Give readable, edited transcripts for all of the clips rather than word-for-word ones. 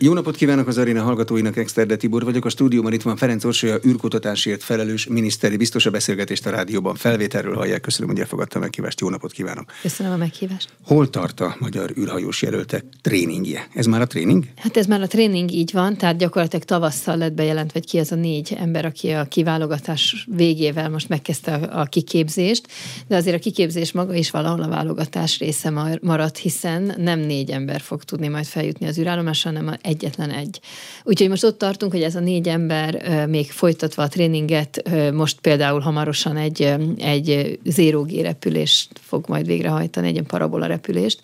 Jó napot kívánok az aréna hallgatóinak, Exterde Tibor vagyok. A stúdióban itt van Ferenc Orsolya, űrkutatásért felelős miniszteri biztos. A beszélgetést a rádióban felvételről hallják. Köszönöm, hogy elfogadta a meghívást. Jó napot kívánok. Köszönöm a meghívást. Hol tart a magyar űrhajós jelöltek tréningje? Ez már a tréning? Hát ez már a tréning, így van, tehát gyakorlatilag tavasszal lett bejelentve, hogy ki az a 4 ember, aki a kiválogatás végével most megkezdte a kiképzést, de azért a kiképzés maga is valahol a válogatás része maradt, hiszen nem 4 ember fog tudni majd feljutni az űrállomásra, hanem egyetlen egy. Úgyhogy most ott tartunk, hogy ez a 4 ember még folytatva a tréninget, most például hamarosan egy zero-G repülést fog majd végrehajtani, egy ilyen parabola repülést,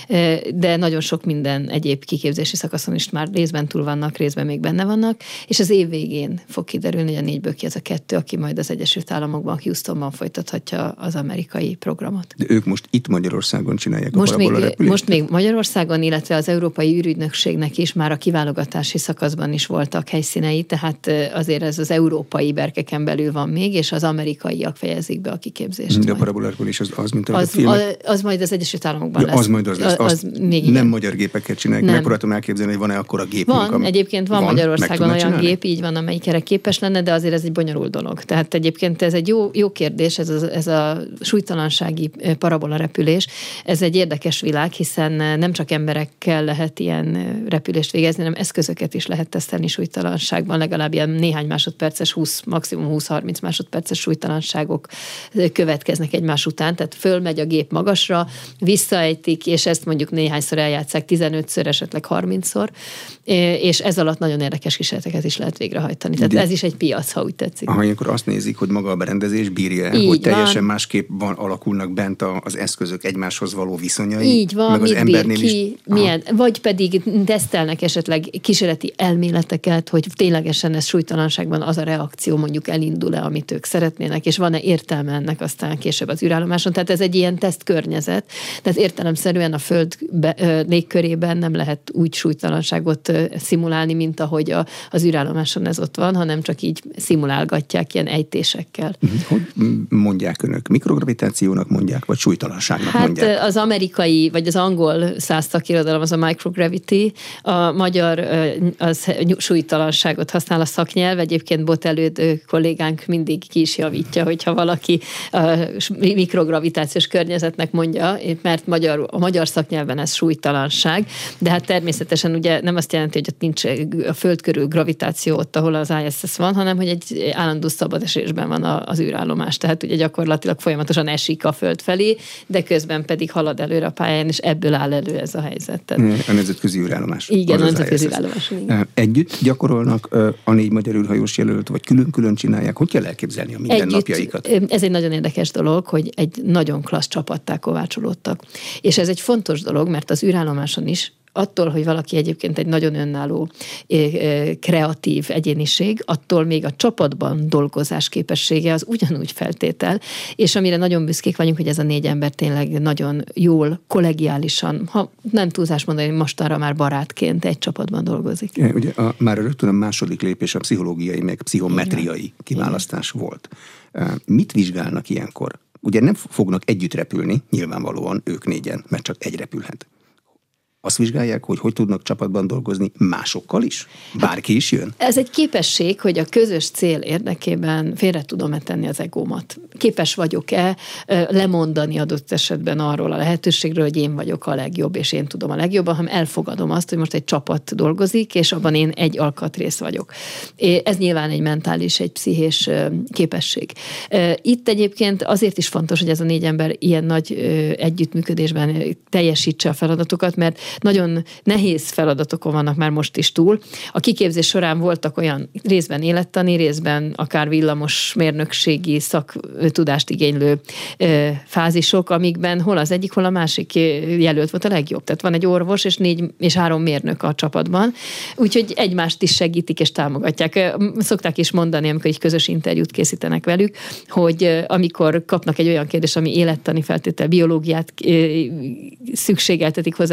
de nagyon sok minden egyéb kiképzési szakaszon is már részben túl vannak, részben még benne vannak, és az év végén fog kiderülni, hogy a 4-ből ki az a 2, aki majd az Egyesült Államokban, Houstonban folytathatja az amerikai programot. De ők most itt Magyarországon csinálják a parabola repülést? Most még Magyarországon, illetve az Európai űrügynökségnek is már a kiválogatási szakaszban is voltak helyszínei, tehát azért ez az európai berkeken belül van még, és az amerikaiak fejezik be a kiképzést. De a parabola repülés az mint a filmek? Az majd az Egyesült Államokban lesz. Az majd az lesz. Az még nem magyar gépeket csinálják. Megpróbáltam elképzelni, hogy van-e akkora gépünk? Van, egyébként van Magyarországon olyan gép, így van, amelyik erre képes lenne, de azért ez egy bonyolult dolog. Tehát egyébként ez egy jó kérdés, ez a súlytalansági parabola repülés. Ez egy érdekes világ, hiszen nem csak emberekkel lehet ilyen repülést végezni, hanem eszközöket is lehet tesztelni súlytalanságban, legalább ilyen néhány másodperces, maximum 20-30 másodperces súlytalanságok következnek egymás után, tehát fölmegy a gép magasra, visszaejtik, és ezt mondjuk néhányszor eljátszák, 15-ször, esetleg 30-szor, és ez alatt nagyon érdekes kísérleteket is lehet végrehajtani. Tehát ez is egy piac, ha úgy tetszik. Ilyenkor azt nézik, hogy maga a berendezés bírja, hogy teljesen másképp alakulnak bent az eszközök egymáshoz való viszonyai. Így van, meg az mit embernél bír ki, milyen, vagy pedig tesztelnek esetleg kísérleti elméleteket, hogy ténylegesen ez súlytalanságban az a reakció mondjuk elindul-e, amit ők szeretnének, és van-e értelme ennek aztán később az űrállomáson. Tehát ez egy ilyen tesztkörnyezet, tehát értelemszerűen a Föld légkörében nem lehet úgy súlytalanságot szimulálni, mint ahogy az űrállomáson ez ott van, hanem csak így szimulálgatják ilyen ejtésekkel. Hogy mondják önök? Mikrogravitációnak mondják, vagy súlytalanságnak mondják? Hát az amerikai, vagy az angol szakirodalom az a microgravity, a magyar az súlytalanságot használ a szaknyelv, egyébként Botelőd kollégánk mindig ki is javítja, hogyha valaki mikrogravitációs környezetnek mondja, mert a magyar szaknyelven ez súlytalanság, de hát természetesen ugye nem azt jelenti, hogy ott nincs a Föld körül gravitáció ott, ahol az ISS van, hanem hogy egy állandó szabadesésben van az űrállomás, tehát ugye gyakorlatilag folyamatosan esik a Föld felé, de közben pedig halad előre a pályán, és ebből áll elő ez a helyzet. A nemzetközi űrállomás. Igen, a nemzetközi űrállomás. Együtt gyakorolnak a 4 magyar űrhajós jelölt, vagy külön-külön csinálják? Hogy kell elképzelni a mindennapjaikat? Ez egy nagyon érdekes dolog, hogy egy nagyon klassz csapattá kovácsolódtak. És ez egy fontos dolog, mert az űrállomáson is attól, hogy valaki egyébként egy nagyon önálló, kreatív egyéniség, attól még a csapatban dolgozás képessége az ugyanúgy feltétel, és amire nagyon büszkék vagyunk, hogy ez a 4 ember tényleg nagyon jól, kollegiálisan, ha nem túlzás mondani, hogy mostanra már barátként egy csapatban dolgozik. Ugye már rögtön a második lépés a pszichológiai, meg pszichometriai kiválasztás volt. Mit vizsgálnak ilyenkor? Ugye nem fognak együtt repülni, nyilvánvalóan ők 4-en, mert csak egy repülhet. Azt vizsgálják, hogy tudnak csapatban dolgozni másokkal is? Bárki is jön? Ez egy képesség, hogy a közös cél érdekében félre tudom-e tenni az egómat. Képes vagyok-e lemondani adott esetben arról a lehetőségről, hogy én vagyok a legjobb, és én tudom a legjobban, hanem elfogadom azt, hogy most egy csapat dolgozik, és abban én egy alkatrész vagyok. Ez nyilván egy mentális, egy pszichés képesség. Itt egyébként azért is fontos, hogy ez a 4 ember ilyen nagy együttműködésben teljesítse a feladatokat, mert nagyon nehéz feladatokon vannak már most is túl. A kiképzés során voltak olyan részben élettani, részben akár villamos mérnökségi szaktudást igénylő fázisok, amikben hol az egyik, hol a másik jelölt volt a legjobb. Tehát van egy orvos és 3 mérnök a csapatban, úgyhogy egymást is segítik és támogatják. Szokták is mondani, amikor egy közös interjút készítenek velük, hogy amikor kapnak egy olyan kérdést, ami élettani feltétel, biológiát szükségeltetik hozzá ismerni,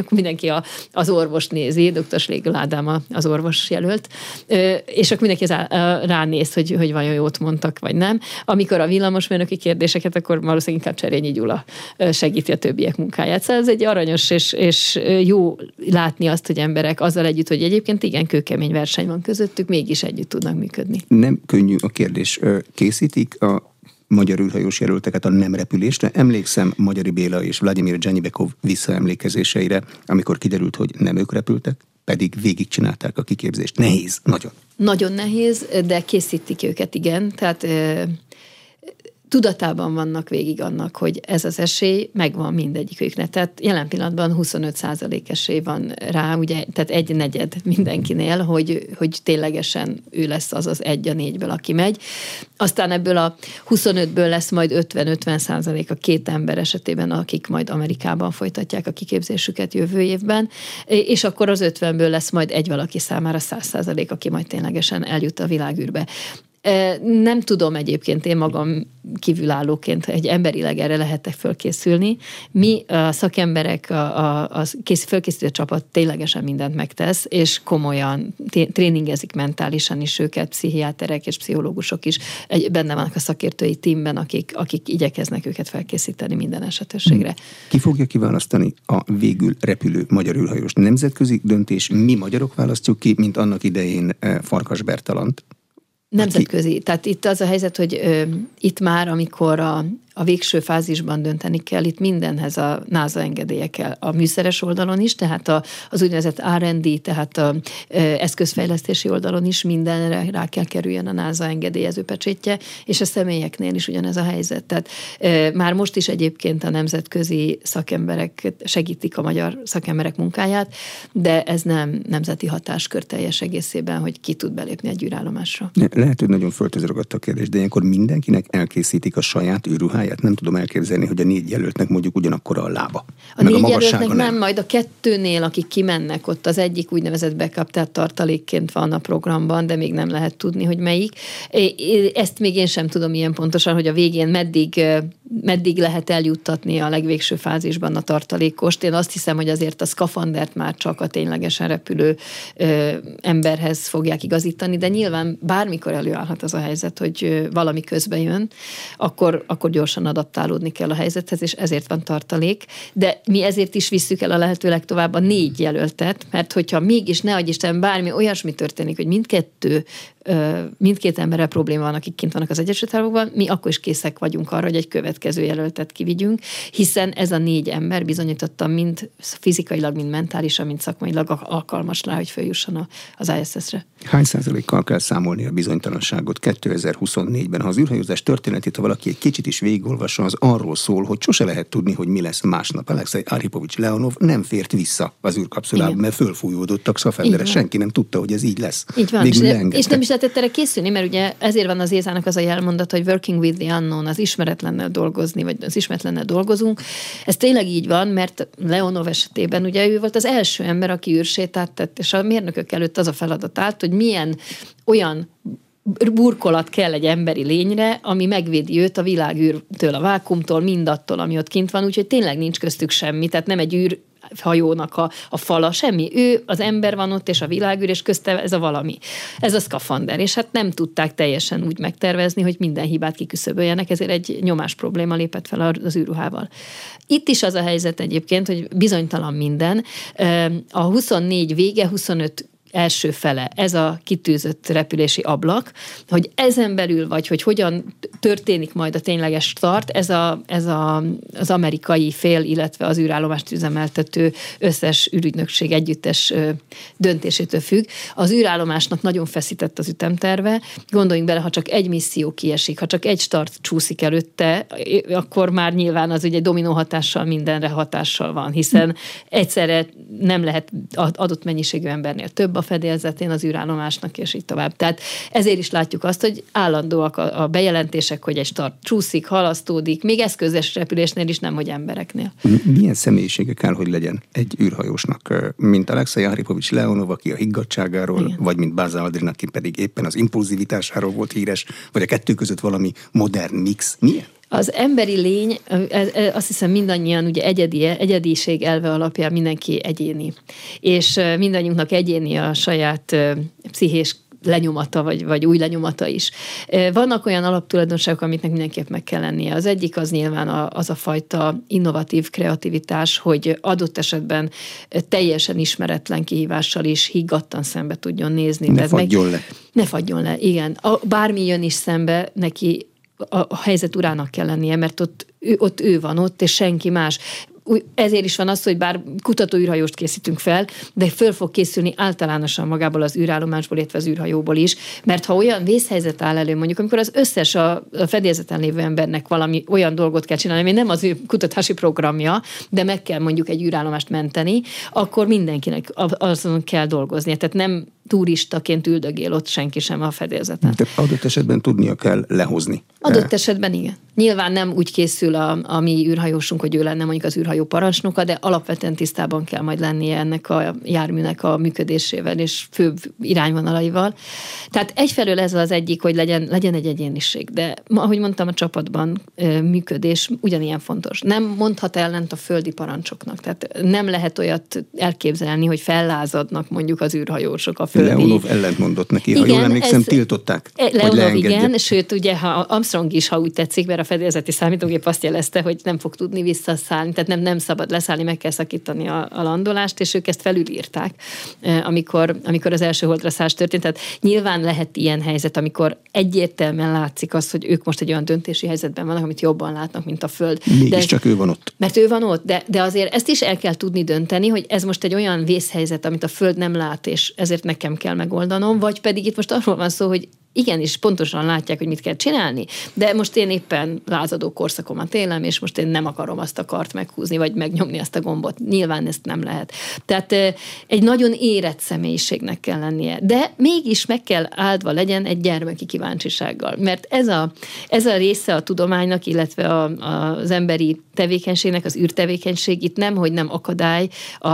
akkor mindenki az orvos nézi, dr. Schlegel Ádám az orvos jelölt, és akkor mindenki ránéz, hogy vajon jót mondtak, vagy nem. Amikor a villamosmérnöki kérdéseket, akkor valószínűleg inkább Cserényi Gyula segíti a többiek munkáját. Szóval ez egy aranyos és jó látni azt, hogy emberek azzal együtt, hogy egyébként igen kőkemény verseny van közöttük, mégis együtt tudnak működni. Nem könnyű a kérdés. Készítik a magyar űrhajós jelölteket a nem repülésre? Emlékszem Magyari Béla és Vladimir Dzsanyibekov visszaemlékezéseire, amikor kiderült, hogy nem ők repültek, pedig végigcsinálták a kiképzést. Nehéz, nagyon. Nagyon nehéz, de készítik őket, igen. Tehát tudatában vannak végig annak, hogy ez az esély megvan mindegyiküknek. Tehát jelen pillanatban 25% esély van rá, ugye, tehát 1/4 mindenkinél, hogy ténylegesen ő lesz az 1 a 4-ből, aki megy. Aztán ebből a 25-ből lesz majd 50-50% a 2 ember esetében, akik majd Amerikában folytatják a kiképzésüket jövő évben, és akkor az 50-ből lesz majd egy valaki számára 100%, aki majd ténylegesen eljut a világűrbe. Nem tudom egyébként, én magam kívülállóként, egy emberileg erre lehetek fölkészülni. Mi a szakemberek, a fölkészítő csapat ténylegesen mindent megtesz, és komolyan tréningezik mentálisan is őket, pszichiáterek és pszichológusok is benne vannak a szakértői tímben, akik igyekeznek őket felkészíteni minden esetőségre. Ki fogja kiválasztani a végül repülő magyar űrhajós? Nemzetközi döntés, mi magyarok választjuk ki, mint annak idején Farkas Bertalant? Nemzetközi. Tehát itt az a helyzet, hogy itt már, amikor a végső fázisban dönteni kell, itt mindenhez a NASA engedélye kell. A műszeres oldalon is, tehát az úgynevezett R&D, tehát az eszközfejlesztési oldalon is mindenre rá kell kerüljön a NASA engedélyező pecsétje, és a személyeknél is ugyanez a helyzet. Tehát már most is egyébként a nemzetközi szakemberek segítik a magyar szakemberek munkáját, de ez nem nemzeti hatáskör teljes egészében, hogy ki tud belépni egy űrállomásra. Lehet, hogy nagyon föltözörögött a kérdés, de ilyenkor mindenkinek elkészítik a saját űrruháját. Nem tudom elképzelni, hogy a 4 jelöltnek mondjuk ugyanakkora a lába. A 4 jelöltnek nem, majd a 2-nél, akik kimennek, ott az egyik úgynevezett backup, tehát tartalékként van a programban, de még nem lehet tudni, hogy melyik. Ezt még én sem tudom ilyen pontosan, hogy a végén meddig lehet eljuttatni a legvégső fázisban a tartalékost. Én azt hiszem, hogy azért a szkafandert már csak a ténylegesen repülő emberhez fogják igazítani, de nyilván bármikor előállhat az a helyzet, hogy valami közbe jön, akkor gyorsan adaptálódni kell a helyzethez, és ezért van tartalék, de mi ezért is visszük el a lehető legtovább a 4 jelöltet, mert hogyha mégis ne adj Isten bármi olyasmi történik, hogy mindkét emberrel probléma van, akik kint vannak az Egyesült Államokban, mi akkor is készek vagyunk arra, hogy egy következő jelöltet kivigyünk, hiszen ez a 4 ember bizonyította mind fizikailag, mind mentálisan, mind szakmailag alkalmas rá, hogy följusson az ISS-re. Hány százalékkal kell számolni a bizonytalanságot 2024-ben? Ha az űrhajózás történetét, ha valaki egy kicsit is végigolvassa, az arról szól, hogy sose lehet tudni, hogy mi lesz másnap. Alexei Aripovics-Leonov nem fért vissza az űrkapszulába, mert fölfújódottak szafendere. Senki nem tudta, hogy ez így lesz. Így van, és nem is lehetett erre készülni, mert ugye ezért van az ESA-nak az a jelmondat, hogy working with the unknown, az ismeretlennel dolgozni, vagy az ismeretlennel dolgozunk. Ez tényleg így van, mert Leonov esetében ugye ő volt az első ember, aki űrsétát tett, és a mérnökök előtt az a feladat állt, hogy milyen olyan burkolat kell egy emberi lényre, ami megvédi őt a világűrtől, a vákuumtól, mindattól, ami ott kint van, úgyhogy tényleg nincs köztük semmi, tehát nem egy űrhajónak a fala, semmi. Ő, az ember van ott, és a világűr, és közte ez a valami. Ez a szkafander, és hát nem tudták teljesen úgy megtervezni, hogy minden hibát kiküszöböljenek, ezért egy nyomás probléma lépett fel az űrruhával. Itt is az a helyzet egyébként, hogy bizonytalan minden. A 24 vége, 25 első fele, ez a kitűzött repülési ablak, hogy ezen belül vagy, hogy hogyan történik majd a tényleges start, ez az amerikai fél, illetve az űrállomást üzemeltető összes űrügynökség együttes döntésétől függ. Az űrállomásnak nagyon feszített az ütemterve. Gondoljunk bele, ha csak egy misszió kiesik, ha csak egy start csúszik előtte, akkor már nyilván az ugye dominó hatással mindenre hatással van, hiszen egyszerre nem lehet adott mennyiségű embernél több a fedélzetén az űrállomásnak, és így tovább. Tehát ezért is látjuk azt, hogy állandóak a bejelentések, hogy egy start csúszik, halasztódik, még eszközös repülésnél is, nem hogy embereknél. Milyen személyisége kell, hogy legyen egy űrhajósnak? Mint Alexei Aripovics-Leonov, aki a higgadtságáról, igen, vagy mint Buzz Aldrin, aki pedig éppen az impulzivitásáról volt híres, vagy a kettő között valami modern mix. Milyen? Az emberi lény, azt hiszem mindannyian ugye egyediség elve alapján mindenki egyéni. És mindannyiunknak egyéni a saját pszichés lenyomata, vagy új lenyomata is. Vannak olyan alaptulajdonságok, amiknek mindenképp meg kell lennie. Az egyik az nyilván az a fajta innovatív kreativitás, hogy adott esetben teljesen ismeretlen kihívással is higgadtan szembe tudjon nézni. Ne fagyjon le. Ne fagyjon le, igen. Bármi jön is szembe, neki a helyzet urának kell lennie, mert ott ő van ott, és senki más. Ezért is van az, hogy bár kutatóűrhajóst készítünk fel, de föl fog készülni általánosan magából az űrállomásból, illetve az űrhajóból is, mert ha olyan vészhelyzet áll elő, mondjuk, amikor az összes a fedélzeten lévő embernek valami olyan dolgot kell csinálni, ami nem az ő kutatási programja, de meg kell mondjuk egy űrállomást menteni, akkor mindenkinek azon kell dolgoznia. Tehát nem turistaként üldögél ott senki sem a fedélzeten. Tehát adott esetben tudnia kell lehozni. Adott esetben igen. Nyilván nem úgy készül a mi űrhajósunk, hogy ő lenne mondjuk az űrhajó parancsnoka, de alapvetően tisztában kell majd lennie ennek a járműnek a működésével és főbb irányvonalaival. Tehát egyfelől ez az egyik, hogy legyen egy egyéniség, de ahogy mondtam, a csapatban működés ugyanilyen fontos. Nem mondhat ellent a földi parancsoknak, tehát nem lehet olyat elképzelni, hogy fellázadnak mondjuk az űrhajósok a földi. Leonov ellentmondott neki, ha jól emlékszem, tiltották, Leonov igen, sőt ugye Armstrong is, ha úgy tetszik, mert a fedélzeti számítógép azt jelezte, hogy nem fog tudni visszaszállni, tehát nem szabad leszállni, meg kell szakítani a landolást, és ők ezt felülírták, amikor az első holdra szállás történt. Tehát nyilván lehet ilyen helyzet, amikor egyértelműen látszik az, hogy ők most egy olyan döntési helyzetben vannak, amit jobban látnak, mint a Föld. Csak ő van ott. Mert ő van ott, de azért ezt is el kell tudni dönteni, hogy ez most egy olyan vészhelyzet, amit a Föld nem lát, és ezért nekem kell megoldanom, vagy pedig itt most arról van szó, hogy igenis pontosan látják, hogy mit kell csinálni, de most én éppen lázadó korszakomat élem, és most én nem akarom azt a kart meghúzni, vagy megnyomni azt a gombot. Nyilván ezt nem lehet. Tehát egy nagyon érett személyiségnek kell lennie, de mégis meg kell áldva legyen egy gyermeki kíváncsisággal, mert ez a része a tudománynak, illetve az emberi tevékenységnek, az űrtevékenység itt nemhogy nem akadály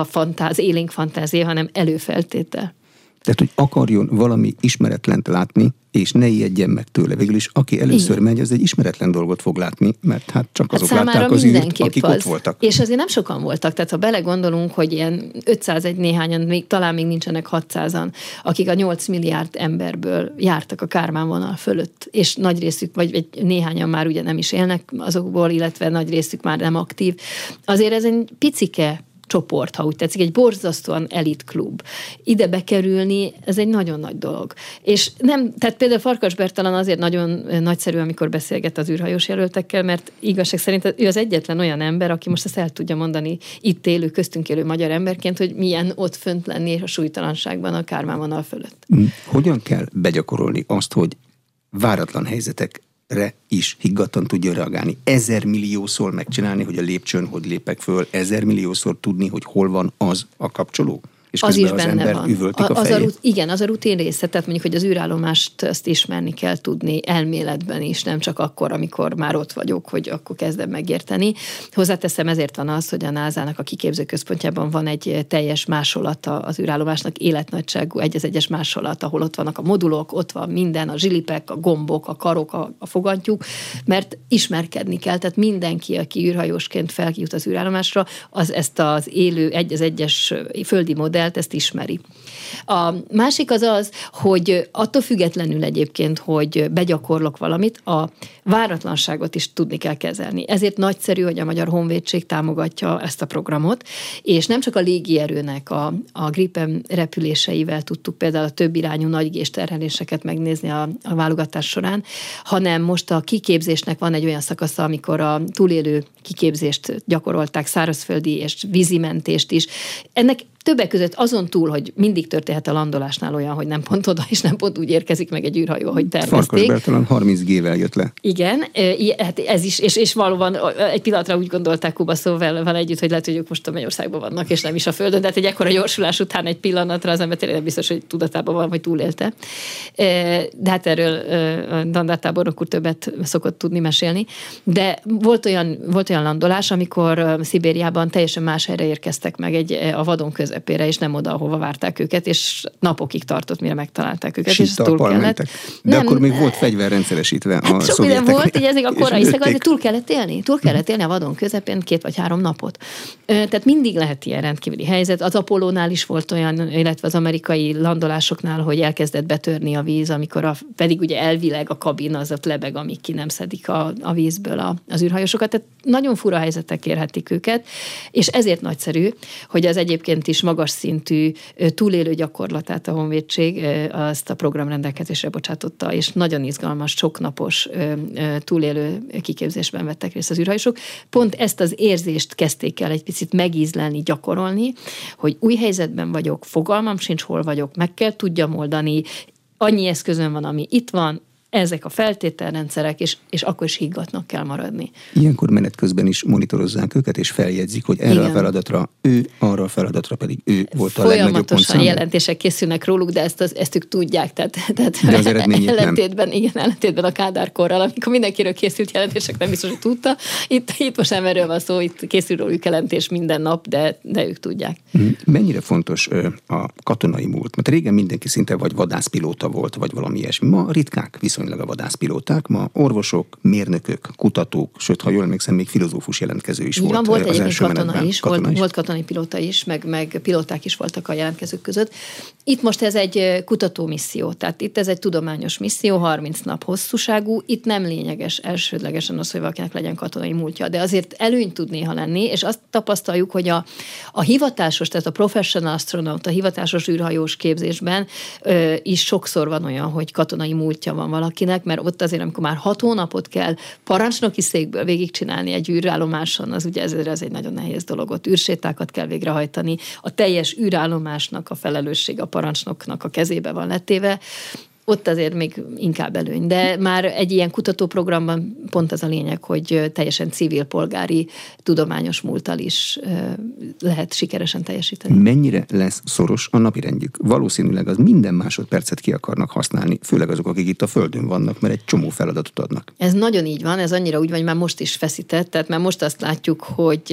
az élénk fantázia, hanem előfeltétel. Tehát, hogy akarjon valami ismeretlent látni, és ne ijedjen meg tőle. Végül is, aki először megy, az egy ismeretlen dolgot fog látni, mert hát csak azok látták az űrt, akik ott voltak. És azért nem sokan voltak, tehát ha belegondolunk, hogy ilyen 501 néhányan, talán még nincsenek 600-an, akik a 8 milliárd emberből jártak a Kármán vonal fölött, és nagy részük, vagy néhányan már ugye nem is élnek azokból, illetve nagy részük már nem aktív. Azért ez egy picike csoport, ha úgy tetszik, egy borzasztóan elit klub. Ide bekerülni, ez egy nagyon nagy dolog. És nem, tehát például Farkas Bertalan azért nagyon nagyszerű, amikor beszélget az űrhajós jelöltekkel, mert igazság szerint ő az egyetlen olyan ember, aki most ezt el tudja mondani itt élő, köztünk élő magyar emberként, hogy milyen ott fönt lenni és a súlytalanságban a Kármán vonal fölött. Hogyan kell begyakorolni azt, hogy váratlan helyzetekre is higgadtan tudja reagálni. 1000 milliószor megcsinálni, hogy a lépcsőn hogy lépek föl, 1000 milliószor tudni, hogy hol van az a kapcsoló? És az is az benne ember van. üvöltik a fejét. Igen, az a rutin része, tehát mondjuk, hogy az űrállomást azt ismerni kell tudni elméletben is, nem csak akkor, amikor már ott vagyok, hogy akkor kezdem megérteni. Hozzáteszem, ezért van az, hogy a NASA-nak a kiképzőközpontjában van egy teljes másolata az űrállomásnak, életnagyságú egyes másolat, ahol ott vannak a modulok, ott van minden, a zsilipek, a gombok, a karok, a fogantyúk, mert ismerkedni kell, tehát mindenki, aki űrhajósként feljut az űrállomásra, az ezt az élő egyes földi modellt, ezt ismeri. A másik az, hogy attól függetlenül egyébként, hogy begyakorlok valamit, a váratlanságot is tudni kell kezelni. Ezért nagyszerű, hogy a Magyar Honvédség támogatja ezt a programot, és nem csak a légierőnek a Gripen repüléseivel tudtuk például a több irányú nagygés terheléseket megnézni a válogatás során, hanem most a kiképzésnek van egy olyan szakasza, amikor a túlélő kiképzést gyakorolták, szárazföldi és vízimentést is. Ennek többek között azon túl, hogy mindig történhet a landolásnál olyan, hogy nem pont oda, és nem pont úgy érkezik meg egy űrhajó, hogy tervezték. Farkas Bertalan 30G-vel jött le. Igen, hát ez is, és valóban egy pillanatra úgy gondolták Kubaszóval együtt, hogy lehet, hogy ők most a Mennyországban vannak, és nem is a Földön, de hát egy ekkora gyorsulás után egy pillanatra az ember tényleg biztos, hogy tudatában van, hogy túlélte. De hát erről Dandár tábornok úr többet szokott tudni mesélni. De volt olyan olyan landolás, amikor Szibériában teljesen más helyre érkeztek meg a vadon közepére, és nem oda, ahova várták őket, és napokig tartott, mire megtalálták őket. Síttappal és túl kellett. Mentek. De nem, akkor még volt fegyver rendszeresítve a sok minden volt, így ezek a korai szegad, de túl kellett élni a vadon közepén 2 vagy 3 napot. Tehát mindig lehet ilyen rendkívüli helyzet. Az Apollónál is volt olyan, illetve az amerikai landolásoknál, hogy elkezdett betörni a víz, amikor pedig ugye elvileg a kabin az ott lebeg, amíg ki nem szedik a vízből az űrhajósokat. Tehát nagyon fura helyzetek érhetik őket, és ezért nagyszerű, hogy az egyébként is magas szintű túlélő gyakorlatát a Honvédség azt a program rendelkezésre bocsátotta, és nagyon izgalmas, soknapos túlélő kiképzésben vettek részt az űrhajósok. Pont ezt az érzést kezdték el egy picit megízlelni, gyakorolni, hogy új helyzetben vagyok, fogalmam sincs, hol vagyok, meg kell tudjam oldani, annyi eszközön van, ami itt van, ezek a feltételrendszerek, és akkor is higgadtnak kell maradni. Ilyenkor menet közben is monitorozzák őket, és feljegyzik, hogy erre a feladatra ő, arra a feladatra pedig ő volt a legnagyobb pontszám. Folyamatosan jelentések készülnek róluk, de ezt ők tudják. Tehát de az eredményét ellentétben a Kádár-korral, amikor mindenkiről készült jelentések, nem biztos, hogy tudta. Itt most nem erről van szó, itt készül róluk jelentés minden nap, de ők tudják. Mennyire fontos a katonai múlt? Mert régen mindenki szinte vagy vadászpilóta volt, vagy valami ilyesmi. Ma ritkák viszonylag a vadászpilóták, ma orvosok, mérnökök, kutatók, sőt, ha jól emlékszem, még filozófus jelentkező is volt. Volt egyébként katona is, volt katonai pilóta is, meg pilóták is voltak a jelentkezők között. Itt most ez egy kutatómisszió, tehát itt ez egy tudományos misszió, 30 nap hosszúságú, itt nem lényeges elsődlegesen az, hogy valakinek legyen katonai múltja, de azért előny tud néha lenni, és azt tapasztaljuk, hogy a hivatásos, tehát a professional astronaut, a hivatásos űrhajós képzésben is sokszor van olyan, hogy katonai múltja van valakinek, mert ott azért, amikor már 6 hónapot kell parancsnoki székből végigcsinálni egy űrállomáson, az ugye ez egy nagyon nehéz dolog, ott űrsétákat kell végrehajtani, a teljes űrállomásnak a felelősség a parancsnoknak a kezébe van letéve, ott azért még inkább előny. De már egy ilyen kutatóprogramban pont az a lényeg, hogy teljesen civil, polgári, tudományos múlttal is lehet sikeresen teljesíteni. Mennyire lesz szoros a napirendjük? Valószínűleg az minden másodpercet ki akarnak használni, főleg azok, akik itt a Földön vannak, mert egy csomó feladatot adnak. Ez nagyon így van, ez annyira úgy van, hogy már most is feszített, tehát már most azt látjuk,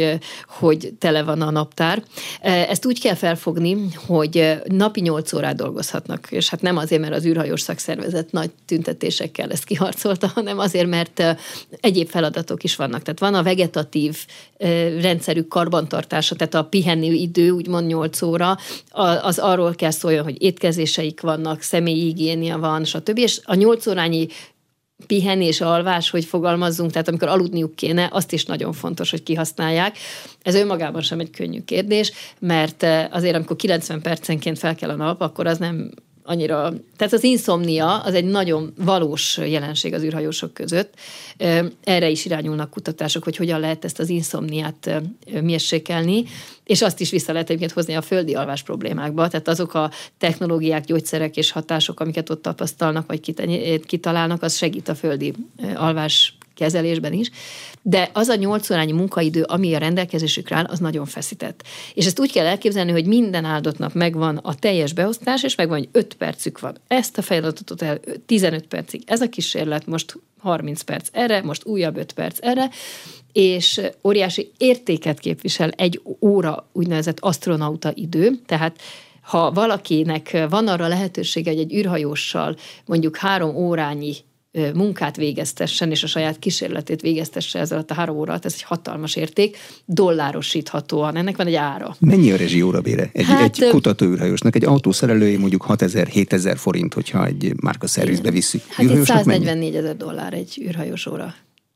hogy tele van a naptár. Ezt úgy kell felfogni, hogy napi 8 órát dolgozhatnak, és hát nem azért, mert az űrhajós szakszervezet nagy tüntetésekkel ezt kiharcolta, hanem azért, mert egyéb feladatok is vannak. Tehát van a vegetatív rendszerük karbantartása, tehát a pihenő idő, úgymond 8 óra, az arról kell szóljon, hogy étkezéseik vannak, személyi higiénia van, stb. És a 8 órányi pihenés, alvás, hogy fogalmazzunk, tehát amikor aludniuk kéne, azt is nagyon fontos, hogy kihasználják. Ez önmagában sem egy könnyű kérdés, mert azért, amikor 90 percenként fel kell a nap, akkor az nem annyira, tehát az inszomnia az egy nagyon valós jelenség az űrhajósok között. Erre is irányulnak kutatások, hogy hogyan lehet ezt az inszomniát mérsékelni, és azt is vissza lehet egyébként hozni a földi alvás problémákba. Tehát azok a technológiák, gyógyszerek és hatások, amiket ott tapasztalnak, vagy kitalálnak, az segít a földi alvás kezelésben is, de az a 8 órányi munkaidő, ami a rendelkezésükre áll, az nagyon feszített. És ezt úgy kell elképzelni, hogy minden áldott nap megvan a teljes beosztás, és megvan, hogy 5 percük van. Ezt a feladatot el 15 percig. Ez a kísérlet, most 30 perc erre, most újabb 5 perc erre, és óriási értéket képvisel 1 óra úgynevezett asztronauta idő, tehát ha valakinek van arra lehetősége, hogy egy űrhajóssal mondjuk 3 órányi munkát végeztessen, és a saját kísérletét végeztesse ez alatt a 3 óra alatt, ez egy hatalmas érték, dollárosíthatóan, ennek van egy ára. Mennyi a rezsi órabére? Egy kutatóűrhajósnak, egy autószerelői mondjuk 6000-7000 forint, hogyha egy márka szervizbe visszük. Hát itt 144 000 dollár egy űrhajós óra.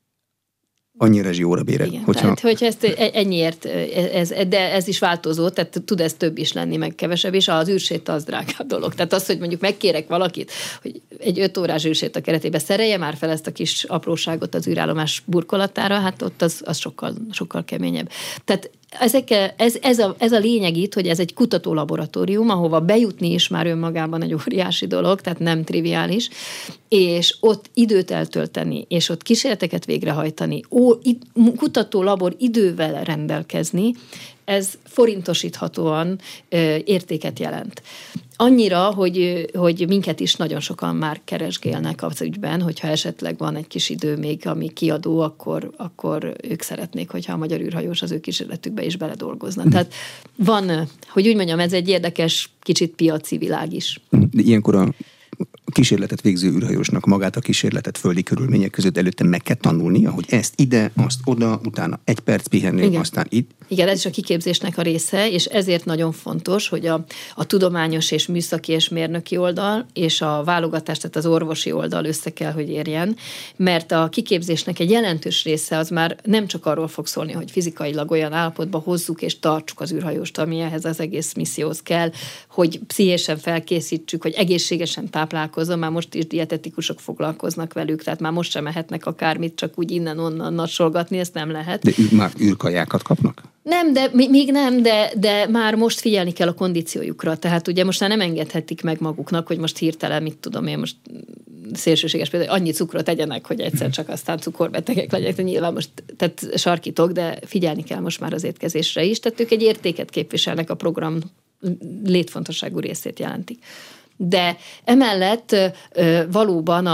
Annyi rezsi órabére. Igen, tehát hogyha ezt ennyiért, de ez is változó, tehát tud ez több is lenni, meg kevesebb, és az űrséta az drágább dolog. Tehát az, hogy mondjuk megkérek valakit, hogy egy 5 órás űrséta keretében szerelje már fel ezt a kis apróságot az űrállomás burkolatára, hát ott az sokkal keményebb. Tehát ez a lényeg itt, hogy ez egy kutatólaboratórium, ahova bejutni is már önmagában egy óriási dolog, tehát nem triviális, és ott időt eltölteni, és ott kísérleteket végrehajtani, kutatólabor idővel rendelkezni, ez forintosíthatóan értéket jelent. Annyira, hogy minket is nagyon sokan már keresgélnek az ügyben, hogyha esetleg van egy kis idő még, ami kiadó, akkor ők szeretnék, hogyha a Magyar űrhajós az ő kísérletükbe is beledolgozna. Tehát van, hogy úgy mondjam, ez egy érdekes, kicsit piaci világ is. De ilyenkor a kísérletet végző űrhajósnak magát a kísérletet földi körülmények között előtte meg kell tanulnia, hogy ezt ide, azt oda, utána 1 perc pihenni, aztán itt. Igen, ez is a kiképzésnek a része, és ezért nagyon fontos, hogy a tudományos és műszaki és mérnöki oldal és a válogatás, tehát az orvosi oldal össze kell, hogy érjen, mert a kiképzésnek egy jelentős része az már nem csak arról fog szólni, hogy fizikailag olyan állapotba hozzuk és tartsuk az űrhajóst, ami ehhez az egész misszióhoz kell, hogy pszichésen felkészítsük, hogy egészségesen táplálkozzon, már most is dietetikusok foglalkoznak velük, tehát már most sem mehetnek akármit, csak úgy innen-onnan nassolgatni, ezt nem lehet. De már űrkajákat kapnak? Nem, de még nem, de már most figyelni kell a kondíciójukra. Tehát ugye most már nem engedhetik meg maguknak, hogy most hirtelen, mit tudom én, most szélsőséges például, annyi cukrot tegyenek, hogy egyszer csak aztán cukorbetegek legyenek. Nyilván most, tehát sarkítok, de figyelni kell most már az étkezésre is. Tehát ők egy értéket képviselnek, a program létfontosságú részét jelentik. De emellett valóban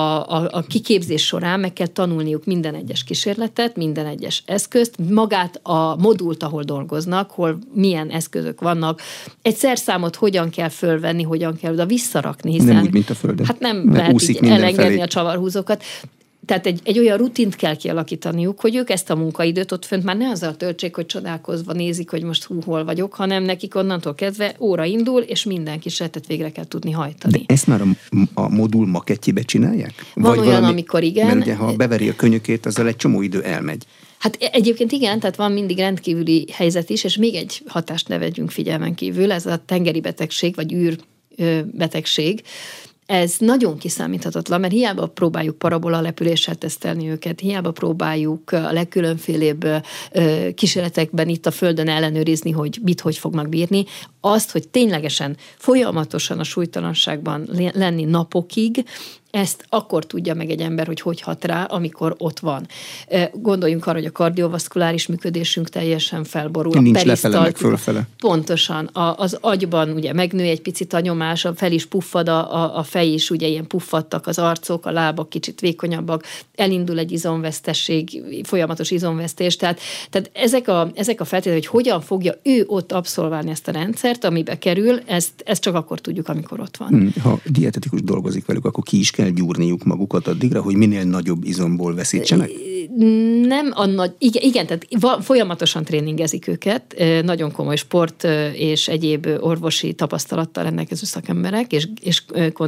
a kiképzés során meg kell tanulniuk minden egyes kísérletet, minden egyes eszközt, magát a modult, ahol dolgoznak, hol milyen eszközök vannak, egy szerszámot hogyan kell fölvenni, hogyan kell oda visszarakni, hiszen nem úgy, mint a Földön. Hát nem lehet így elengedni a csavarhúzókat. Tehát egy olyan rutint kell kialakítaniuk, hogy ők ezt a munkaidőt ott fönt már ne azzal töltsék, hogy csodálkozva nézik, hogy most hol vagyok, hanem nekik onnantól kezdve óra indul, és minden kísérletet végre kell tudni hajtani. De ezt már a modul makettjébe csinálják? Van olyan, amikor igen. Mert ugye, ha beveri a könyökét, azzal egy csomó idő elmegy. Hát egyébként igen, tehát van mindig rendkívüli helyzet is, és még egy hatást ne vegyünk figyelmen kívül, ez a tengeri betegség, vagy űrbetegség. Ez nagyon kiszámíthatatlan, mert hiába próbáljuk parabola lepüléssel tesztelni őket, hiába próbáljuk a legkülönfélébb kísérletekben itt a Földön ellenőrizni, hogy mit, hogy fognak bírni, azt, hogy ténylegesen folyamatosan a súlytalanságban lenni napokig, ezt akkor tudja meg egy ember, hogy hat rá, amikor ott van. Gondoljunk arra, hogy a kardiovaszkuláris működésünk teljesen felborul. Nincs lefele, meg fölfele. Pontosan. Az agyban ugye megnő egy picit a nyomás, fel is puffad a fej is, ugye ilyen puffadtak az arcok, a lábak kicsit vékonyabbak, elindul egy izomvesztesség, folyamatos izomvesztés. Tehát ezek a feltételek, hogy hogyan fogja ő ott abszolválni ezt a rendszert, amibe kerül, ezt csak akkor tudjuk, amikor ott van. Ha dietetikus dolgozik velük, akkor ki is kell gyúrniuk magukat addigra, hogy minél nagyobb izomból veszítsenek? Nem, igen, tehát folyamatosan tréningezik őket, nagyon komoly sport és egyéb orvosi tapasztalattal rendelkező szakemberek, és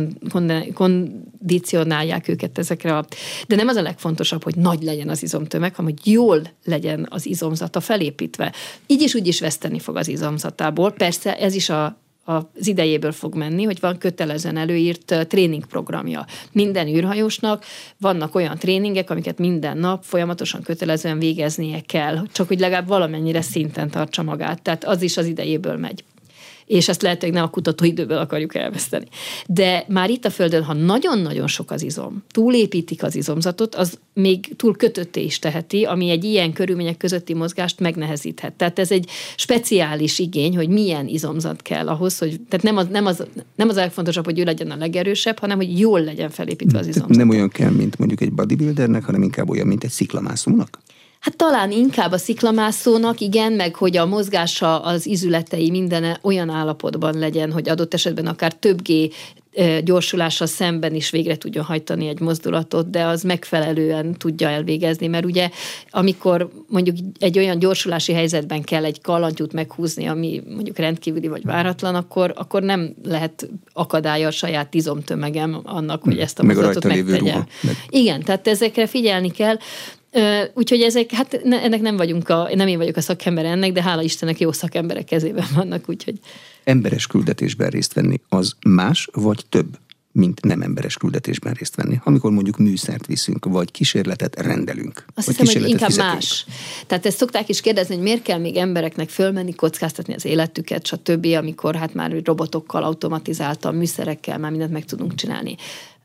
kondicionálják őket ezekre de nem az a legfontosabb, hogy nagy legyen az izomtömeg, hanem hogy jól legyen az izomzata felépítve. Így is úgy is veszteni fog az izomzatából. Persze ez is az idejéből fog menni, hogy van kötelezően előírt tréningprogramja. Minden űrhajósnak vannak olyan tréningek, amiket minden nap folyamatosan kötelezően végeznie kell, csak hogy legalább valamennyire szinten tartsa magát. Tehát az is az idejéből megy. És ezt lehet, hogy nem a kutatóidőből akarjuk elveszteni. De már itt a Földön, ha nagyon-nagyon sok az izom, túlépítik az izomzatot, az még túl kötötté is teheti, ami egy ilyen körülmények közötti mozgást megnehezíthet. Tehát ez egy speciális igény, hogy milyen izomzat kell ahhoz, hogy tehát nem az a legfontosabb, hogy ő legyen a legerősebb, hanem hogy jól legyen felépítve az izomzat. Nem olyan kell, mint mondjuk egy bodybuildernek, hanem inkább olyan, mint egy sziklamászónak? Hát talán inkább a sziklamászónak, igen, meg hogy a mozgása, az izületei minden olyan állapotban legyen, hogy adott esetben akár több G gyorsulással szemben is végre tudjon hajtani egy mozdulatot, de az megfelelően tudja elvégezni, mert ugye amikor mondjuk egy olyan gyorsulási helyzetben kell egy kallantyút meghúzni, ami mondjuk rendkívüli vagy váratlan, akkor nem lehet akadálya a saját izomtömegem annak, hogy ezt a mozdulatot megtegye. Igen, tehát ezekre figyelni kell. Úgyhogy ezek, hát ennek nem én vagyok a szakember ennek, de hála Istennek jó szakemberek kezében vannak, úgyhogy... Emberes küldetésben részt venni, az más vagy több, mint nem emberes küldetésben részt venni? Amikor mondjuk műszert viszünk, vagy kísérletet rendelünk. Azt hiszem, hogy inkább más. Tehát ezt szokták is kérdezni, hogy miért kell még embereknek fölmenni, kockáztatni az életüket, stb., amikor hát már robotokkal, automatizáltan, műszerekkel már mindent meg tudunk csinálni.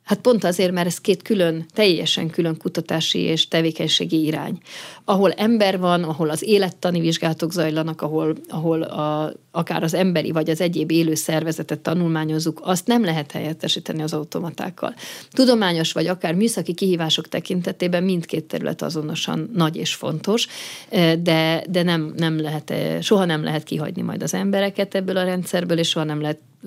Hát pont azért, mert ez két teljesen külön kutatási és tevékenységi irány. Ahol ember van, ahol az élettani vizsgálatok zajlanak, ahol akár az emberi vagy az egyéb élő szervezetet tanulmányozzuk, azt nem lehet helyettesíteni az automatákkal. Tudományos vagy akár műszaki kihívások tekintetében mindkét terület azonosan nagy és fontos, de nem lehet, soha nem lehet kihagyni majd az embereket ebből a rendszerből, és soha nem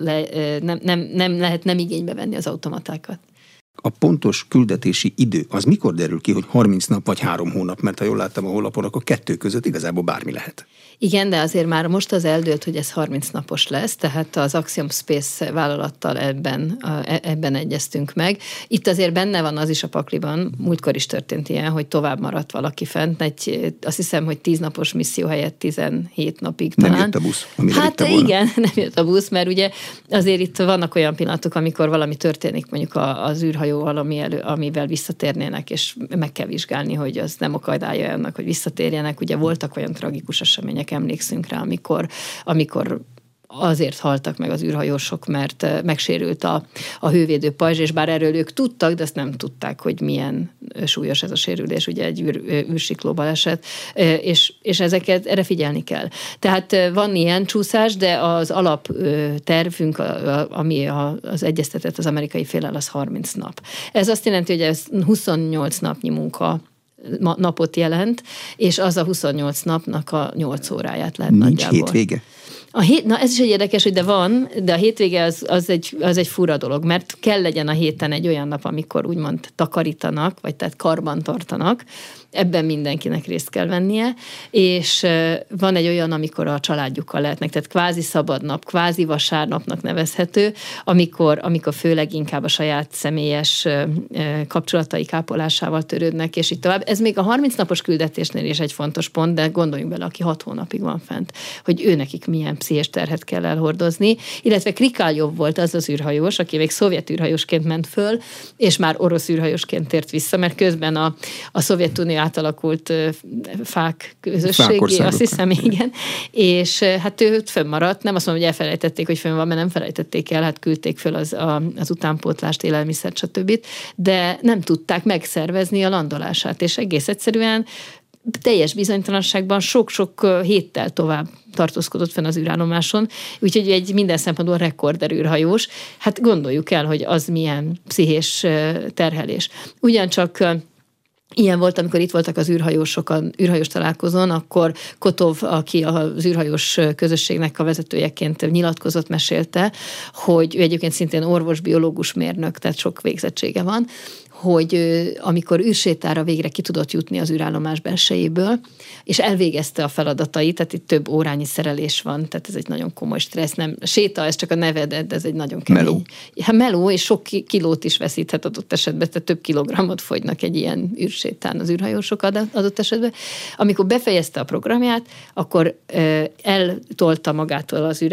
lehet nem igénybe venni az automatákat. A pontos küldetési idő, az mikor derül ki, hogy 30 nap vagy 3 hónap, mert ha jól láttam a honlapon, akkor 2 között igazából bármi lehet. Igen, de azért már most az eldőlt, hogy ez 30 napos lesz, tehát az Axiom Space vállalattal ebben egyeztünk meg. Itt azért benne van az is a pakliban, múltkor is történt ilyen, hogy tovább maradt valaki fent, azt hiszem, hogy 10 napos misszió helyett 17 napig talán. Nem jött a busz, Hát igen, nem jött a busz, mert ugye azért itt vannak olyan pillanatok, amikor valami történik mondjuk az űrhajóval, amivel visszatérnének, és meg kell vizsgálni, hogy az nem akadálya annak, hogy visszatérjenek. Ugye voltak olyan tragikus események, emlékszünk rá, amikor azért haltak meg az űrhajósok, mert megsérült a hővédő pajzs, és bár erről ők tudtak, de azt nem tudták, hogy milyen súlyos ez a sérülés, ugye egy űrsiklóba esett, és erre figyelni kell. Tehát van ilyen csúszás, de az alaptervünk, ami az egyeztetett az amerikai féllel, az 30 nap. Ez azt jelenti, hogy ez 28 napnyi napot jelent, és az a 28 napnak a 8 óráját lehet Nincs nagyjából. hétvége? Na ez is egy érdekes, hogy de a hétvége az egy fura dolog, mert kell legyen a héten egy olyan nap, amikor úgymond takarítanak, vagy tehát karban tartanak, ebben mindenkinek részt kell vennie, és van egy olyan, amikor a családjukkal lehetnek, tehát kvázi szabadnap, kvázi vasárnapnak nevezhető, amikor főleg inkább a saját személyes kapcsolatai ápolásával törődnek, és így tovább. Ez még a 30 napos küldetésnél is egy fontos pont, de gondoljunk bele, aki 6 hónapig van fent, hogy őnekik milyen pszichés terhet kell elhordozni, illetve Krikaljov volt az űrhajós, aki még szovjet űrhajósként ment föl, és már orosz űrhajósként tért vissza, mert közben a Szovjetunió átalakult fák közösségé, azt hiszem, igen. És hát ő fönnmaradt, nem azt mondom, hogy elfelejtették, hogy fönn van, mert nem felejtették el, hát küldték föl az utánpótlást, élelmiszert, stb. De nem tudták megszervezni a landolását, és egész egyszerűen teljes bizonytalanságban sok-sok héttel tovább tartózkodott fenn az űrállomáson, úgyhogy egy minden szempontból rekorder űrhajós. Hát gondoljuk el, hogy az milyen pszichés terhelés. Ugyancsak ilyen volt, amikor itt voltak az űrhajós találkozón, akkor Kotov, aki az űrhajós közösségnek a vezetőjeként nyilatkozott, mesélte, hogy ő egyébként szintén orvos, biológus, mérnök, tehát sok végzettsége van, hogy amikor űrsétára végre ki tudott jutni az űrállomás belsejéből, és elvégezte a feladatait, tehát itt több órányi szerelés van, tehát ez egy nagyon komoly stressz, nem séta, ez csak a neved, de ez egy nagyon kemény. Meló. Hát meló, és sok kilót is veszíthet adott esetben, tehát több kilogrammot fogynak egy ilyen űrsétán az űrhajósok adott esetben. Amikor befejezte a programját, akkor eltolta magát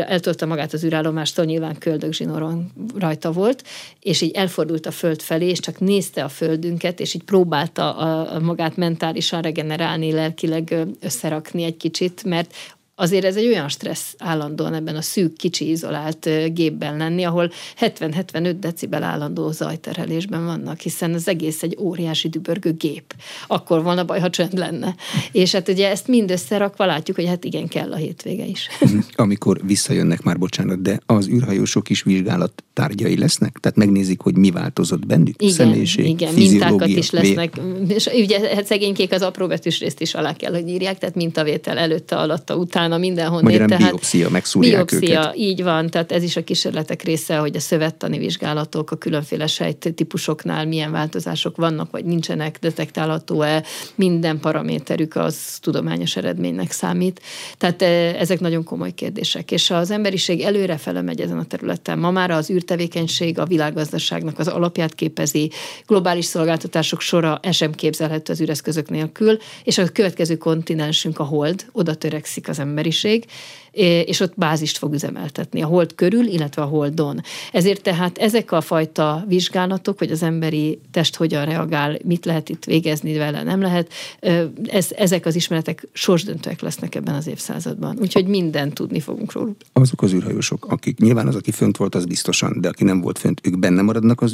az űrállomástól, nyilván köldögzsinoron rajta volt, és így elfordult a föld felé, és csak nézte a földünket, és így próbálta magát mentálisan regenerálni, lelkileg összerakni egy kicsit, mert azért ez egy olyan stressz állandóan ebben a szűk, kicsi, izolált gépben lenni, ahol 70-75 decibel állandó zajterhelésben vannak, hiszen az egész egy óriási dübörgő gép. Akkor volna baj, ha csönd lenne. És hát ugye ezt mind összerakva látjuk, hogy hát igen, kell a hétvége is. Amikor visszajönnek már, bocsánat, de az űrhajósok is vizsgálat tárgyai lesznek? Tehát megnézik, hogy mi változott bennük? Igen, személyiség, igen, mintákat is lesznek. És ugye hát szegénykék az apróbetűs részt is alá kell, hogy írják, tehát mintavétel előtte, alatta, utána, mindenhonnét. Magyarán biopszia, megszúrják őket. Így van, tehát ez is a kísérletek része, hogy a szövettani vizsgálatok a különféle sejttípusoknál milyen változások vannak, vagy nincsenek, detektálható-e, minden paraméterük az tudományos eredménynek számít. Tehát ezek nagyon komoly kérdések. És az emberiség előrefele megy ezen a területen. Ma már az űrtevékenység a világgazdaságnak az alapját képezi, globális szolgáltatások sora sem képzelhető az űreszközök nélkül, és a következő kontinensünk a Hold, oda törekszik az emberiség, és ott bázist fog üzemeltetni a Hold körül, illetve a Holdon. Ezért tehát ezek a fajta vizsgálatok, hogy az emberi test hogyan reagál, mit lehet itt végezni vele, nem lehet, ezek az ismeretek sorsdöntőek lesznek ebben az évszázadban. Úgyhogy mindent tudni fogunk róluk. Azok az űrhajósok, akik nyilván az, aki fönt volt, az biztosan, de aki nem volt fönt, ők benne maradnak az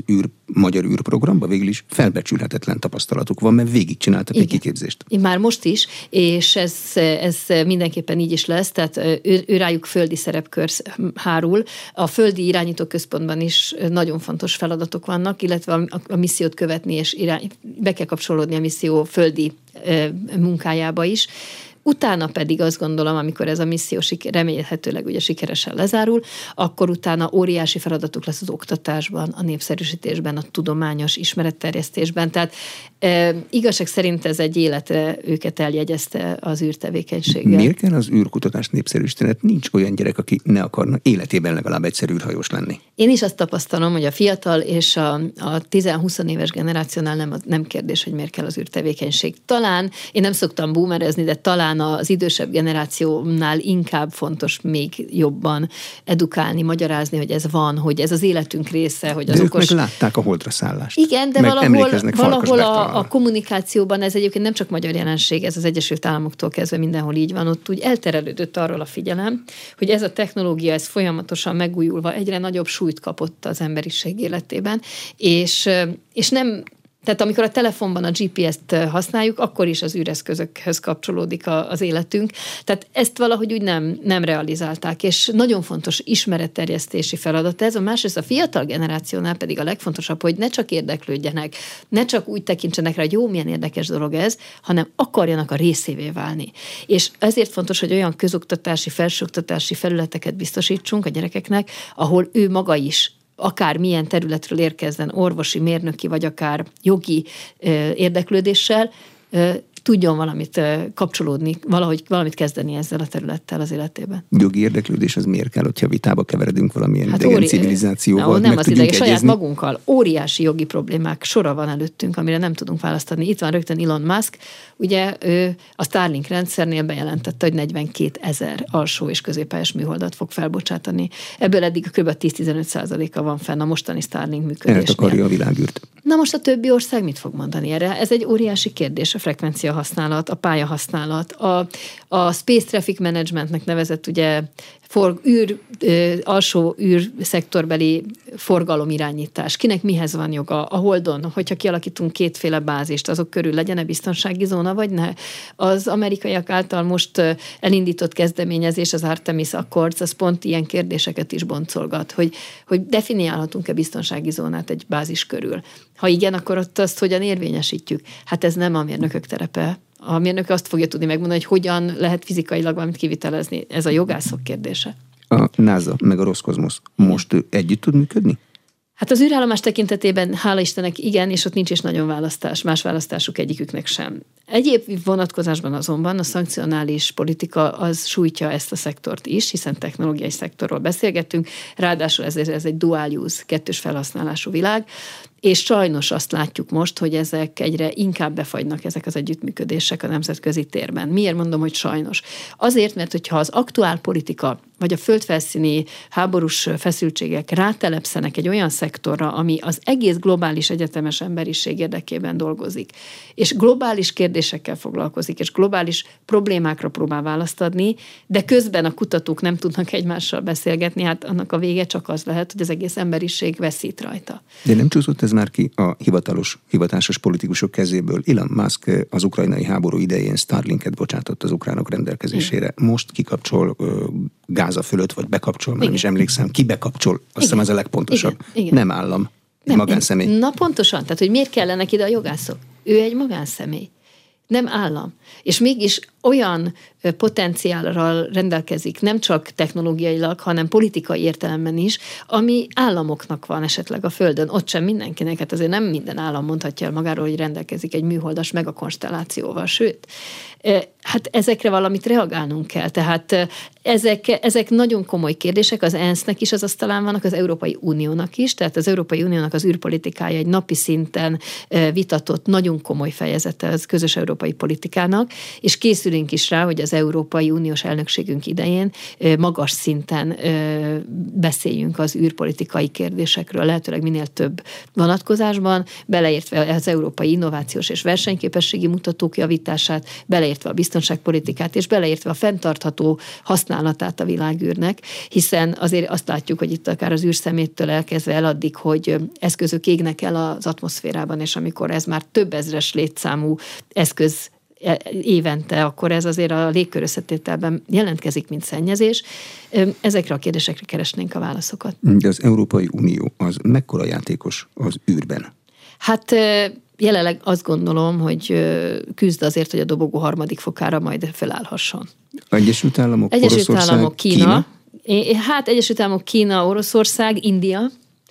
magyar űrprogramba végül is felbecsülhetetlen tapasztalatuk van, mert végigcsináltak egy kiképzést. Már most is, és ez mindenképpen így is lesz, tehát ő rájuk földi szerepkör hárul. A földi irányítóközpontban is nagyon fontos feladatok vannak, illetve a missziót követni, és be kell kapcsolódni a misszió földi munkájába is. Utána pedig azt gondolom, amikor ez a misszió remélhetőleg ugye sikeresen lezárul, akkor utána óriási feladatuk lesz az oktatásban, a népszerűsítésben, a tudományos ismeretterjesztésben. Tehát igazság szerint ez egy életre őket eljegyezte az űrtevékenységgel. Miért kell az űrkutatást népszerűsíteni? Nincs olyan gyerek, aki ne akarna életében legalább egyszer űrhajós lenni. Én is azt tapasztalom, hogy a fiatal és a 10-20 éves generációnál nem kérdés, hogy miért kell az űrtevékenység. Talán, én nem szoktam boomerezni, de talán az idősebb generációnál inkább fontos még jobban edukálni, magyarázni, hogy ez van, hogy ez az életünk része, hogy az de okos... ők meg látták a holdra szállást. Igen, de valahol a kommunikációban ez egyébként nem csak magyar jelenség, ez az Egyesült Államoktól kezdve mindenhol így van, ott úgy elterelődött arról a figyelem, hogy ez a technológia, ez folyamatosan megújulva egyre nagyobb súlyt kapott az emberiség életében, és nem... Tehát amikor a telefonban a GPS-t használjuk, akkor is az űreszközökhöz kapcsolódik az életünk. Tehát ezt valahogy úgy nem realizálták, és nagyon fontos ismeretterjesztési feladat ez. A másrészt a fiatal generációnál pedig a legfontosabb, hogy ne csak érdeklődjenek, ne csak úgy tekintsenek rá, hogy jó, milyen érdekes dolog ez, hanem akarjanak a részévé válni. És ezért fontos, hogy olyan közoktatási, felsőoktatási felületeket biztosítsunk a gyerekeknek, ahol ő maga is akár milyen területről érkezzen, orvosi, mérnöki, vagy akár jogi érdeklődéssel, tudjon valamit kapcsolódni, valamit kezdeni ezzel a területtel az életében. Jogi érdeklődés az miért kell, hogyha vitába keveredünk valamilyen idegen civilizációval? Nem az idegen, saját magunkkal. Óriási jogi problémák sora van előttünk, amire nem tudunk választani. Itt van rögtön Elon Musk, ugye ő a Starlink rendszernél bejelentette, hogy 42 000 alsó és középpályás műholdat fog felbocsátani. Ebből eddig kb. 10-15%-a van fenn a mostani Starlink működésnél. Eltakarja a világűrt. Na most a többi ország mit fog mondani erre? Ez egy óriási kérdés, a frekvencia használat, a pályahasználat, a Space Traffic Managementnek nevezett ugye alsó űrszektorbeli forgalomirányítás. Kinek mihez van joga? A Holdon, hogyha kialakítunk kétféle bázist, azok körül legyen-e biztonsági zóna, vagy ne? Az amerikaiak által most elindított kezdeményezés, az Artemis Accords, az pont ilyen kérdéseket is boncolgat, hogy definiálhatunk-e biztonsági zónát egy bázis körül. Ha igen, akkor ott azt hogyan érvényesítjük? Hát ez nem a mérnökök terepe. A mérnök azt fogja tudni megmondani, hogy hogyan lehet fizikailag valamit kivitelezni. Ez a jogászok kérdése. A NASA meg a Roszkozmosz most együtt tud működni? Hát az űrállomás tekintetében, hála Istennek igen, és ott nincs is nagyon választás, más választásuk egyiküknek sem. Egyéb vonatkozásban azonban a szankcionális politika az sújtja ezt a szektort is, hiszen technológiai szektorról beszélgettünk, ráadásul ez egy dual use, kettős felhasználású világ, és sajnos azt látjuk most, hogy ezek egyre inkább befagynak, ezek az együttműködések a nemzetközi térben. Miért mondom, hogy sajnos? Azért, mert hogyha az aktuál politika vagy a földfelszíni háborús feszültségek rátelepszenek egy olyan szektorra, ami az egész globális egyetemes emberiség érdekében dolgozik, és globális kérdésekkel foglalkozik, és globális problémákra próbál választ adni, de közben a kutatók nem tudnak egymással beszélgetni, hát annak a vége csak az lehet, hogy az egész emberiség veszít rajta. De nem csúszott ez már ki a hivatásos politikusok kezéből? Elon Musk az ukrajnai háború idején Starlinket bocsátott az ukránok rendelkezésére. Most kikapcsol Gáza fölött, vagy bekapcsol, már nem is emlékszem, ki bekapcsol, azt hiszem ez a legpontosabb. Igen. Nem állam, magánszemély. Na pontosan, tehát hogy miért kellenek ide a jogászok? Ő egy magánszemély, nem állam. És mégis olyan potenciállal rendelkezik, nem csak technológiailag, hanem politikai értelemben is, ami államoknak van esetleg a Földön. Ott sem mindenkinek, hát azért nem minden állam mondhatja el magáról, hogy rendelkezik egy műholdas megakonstellációval, sőt, hát ezekre valamit reagálnunk kell. Tehát ezek nagyon komoly kérdések, az ENSZ-nek is az asztalán vannak, az Európai Uniónak is, tehát az Európai Uniónak az űrpolitikája egy napi szinten vitatott, nagyon komoly fejezete az közös európai politikának, és készülünk is rá, hogy az Európai Uniós elnökségünk idején magas szinten beszéljünk az űrpolitikai kérdésekről, lehetőleg minél több vonatkozásban, beleértve az európai innovációs és versenyképességi mutatók javítását, beleértve a biztonságpolitikát, és beleértve a fenntartható használatát a világűrnek, hiszen azért azt látjuk, hogy itt akár az űrszeméttől elkezdve eladdig, hogy eszközök égnek el az atmoszférában, és amikor ez már több ezres létszámú eszköz évente, akkor ez azért a légkör összetételben jelentkezik, mint szennyezés. Ezekre a kérdésekre keresnénk a válaszokat. De az Európai Unió az mekkora játékos az űrben? Hát jelenleg azt gondolom, hogy küzd azért, hogy a dobogó harmadik fokára majd felállhasson. Egyesült Államok, Egyesült Oroszország, Államok, Kína. Hát Egyesült Államok, Kína, Oroszország, India,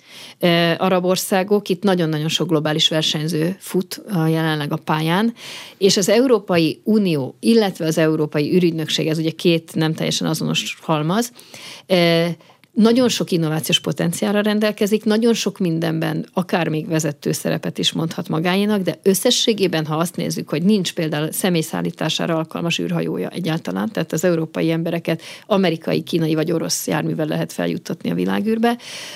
arab országok, itt nagyon-nagyon sok globális versenyző fut jelenleg a pályán, és az Európai Unió, illetve az Európai űrügynökség, ez ugye két nem teljesen azonos halmaz, nagyon sok innovációs potenciálra rendelkezik, nagyon sok mindenben akár még vezető szerepet is mondhat magáénak, de összességében, ha azt nézzük, hogy nincs például személyszállítására alkalmas űrhajója egyáltalán, tehát az európai embereket amerikai, kínai vagy orosz járművel lehet feljuttatni a világűrbe,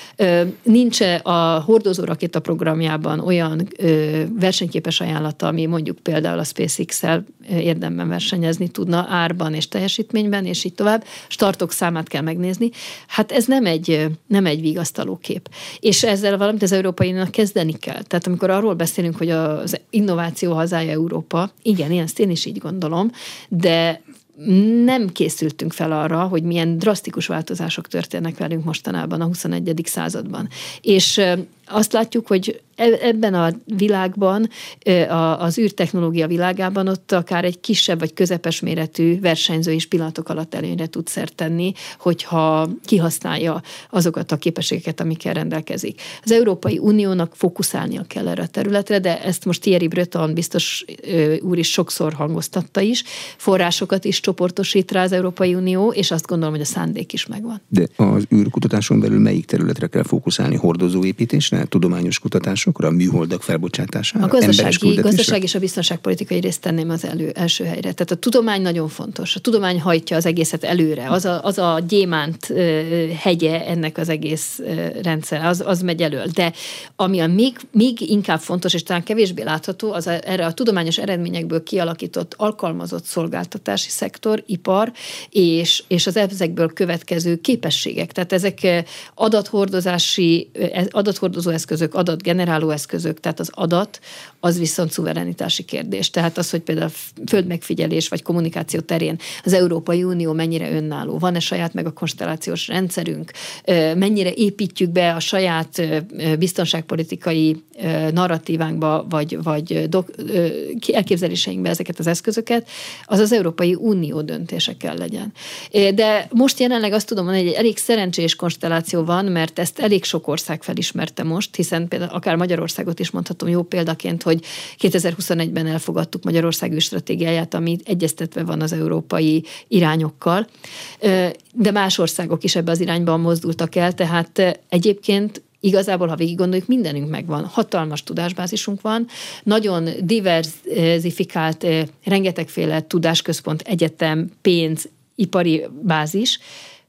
nincs a hordozó rakéta programjában olyan versenyképes ajánlata, ami mondjuk például a SpaceX-el érdemben versenyezni tudna árban és teljesítményben, és így tovább. Startok számát kell megnézni. Hát ez nem egy vigasztaló kép. És ezzel valamit az Európai Uniónak kezdeni kell. Tehát amikor arról beszélünk, hogy az innováció hazája Európa, igen, én is így gondolom, de nem készültünk fel arra, hogy milyen drasztikus változások történnek velünk mostanában a 21. században. És azt látjuk, hogy ebben a világban, az űrtechnológia világában ott akár egy kisebb vagy közepes méretű versenyző is pillanatok alatt előnyre tud szert tenni, hogyha kihasználja azokat a képességeket, amikkel rendelkezik. Az Európai Uniónak fókuszálnia kell erre a területre, de ezt most Thierry Breton biztos úr is sokszor hangoztatta is, forrásokat is csoportosít rá az Európai Unió, és azt gondolom, hogy a szándék is megvan. De az űrkutatáson belül melyik területre kell fókuszálni? Hordozóépítésre, tudományos kutatásokra, a műholdak felbocsátására? A gazdaság és a biztonságpolitikai részt tenném az első helyre. Tehát a tudomány nagyon fontos. A tudomány hajtja az egészet előre. Az a gyémánt hegye ennek az egész rendszer, az megy elől. De ami a még inkább fontos, és talán kevésbé látható, az erre a tudományos eredményekből kialakított alkalmazott szolgáltatási szektor, ipar, és az ezekből következő képességek. Tehát ezek adathordozó eszközök, adatgeneráló eszközök, tehát az adat, az viszont szuverenitási kérdés. Tehát az, hogy például földmegfigyelés vagy kommunikáció terén az Európai Unió mennyire önálló, van-e saját meg a konstellációs rendszerünk, mennyire építjük be a saját biztonságpolitikai narratívánkba, vagy elképzeléseinkbe ezeket az eszközöket, az Európai Unió döntése kell legyen. De most jelenleg azt tudom mondani, hogy egy elég szerencsés konstelláció van, mert ezt elég sok ország felismerte most, hiszen például akár Magyarországot is mondhatom jó példaként, hogy 2021-ben elfogadtuk Magyarország űrstratégiáját, ami egyeztetve van az európai irányokkal, de más országok is ebbe az irányban mozdultak el, tehát egyébként igazából, ha végig gondoljuk, mindenünk megvan. Hatalmas tudásbázisunk van, nagyon diverzifikált, rengetegféle tudásközpont, egyetem, pénz, ipari bázis.